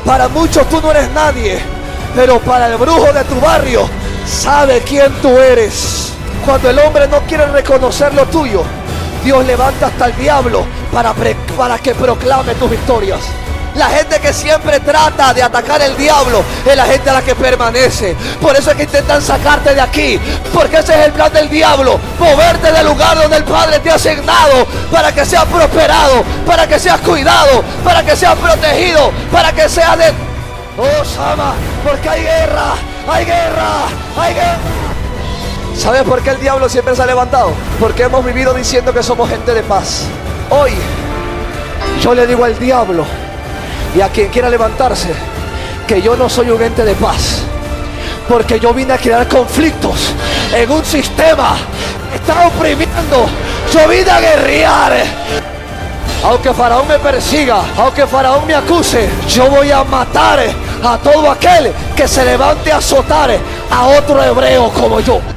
Para muchos tú no eres nadie, pero para el brujo de tu barrio sabe quién tú eres. Cuando el hombre no quiere reconocer lo tuyo, Dios levanta hasta el diablo para que proclame tus victorias. La gente que siempre trata de atacar el diablo es la gente a la que permanece. Por eso es que intentan sacarte de aquí, porque ese es el plan del diablo: moverte del lugar donde el Padre te ha asignado, para que seas prosperado, para que seas cuidado, para que seas protegido, para que seas de... Oh, Sama, porque hay guerra, hay guerra, hay guerra. ¿Sabes por qué el diablo siempre se ha levantado? Porque hemos vivido diciendo que somos gente de paz. Hoy yo le digo al diablo y a quien quiera levantarse que yo no soy un ente de paz, porque yo vine a crear conflictos en un sistema que está oprimiendo. Yo vine a guerrear. Aunque Faraón me persiga, aunque Faraón me acuse, yo voy a matar a todo aquel que se levante a azotar a otro hebreo como yo.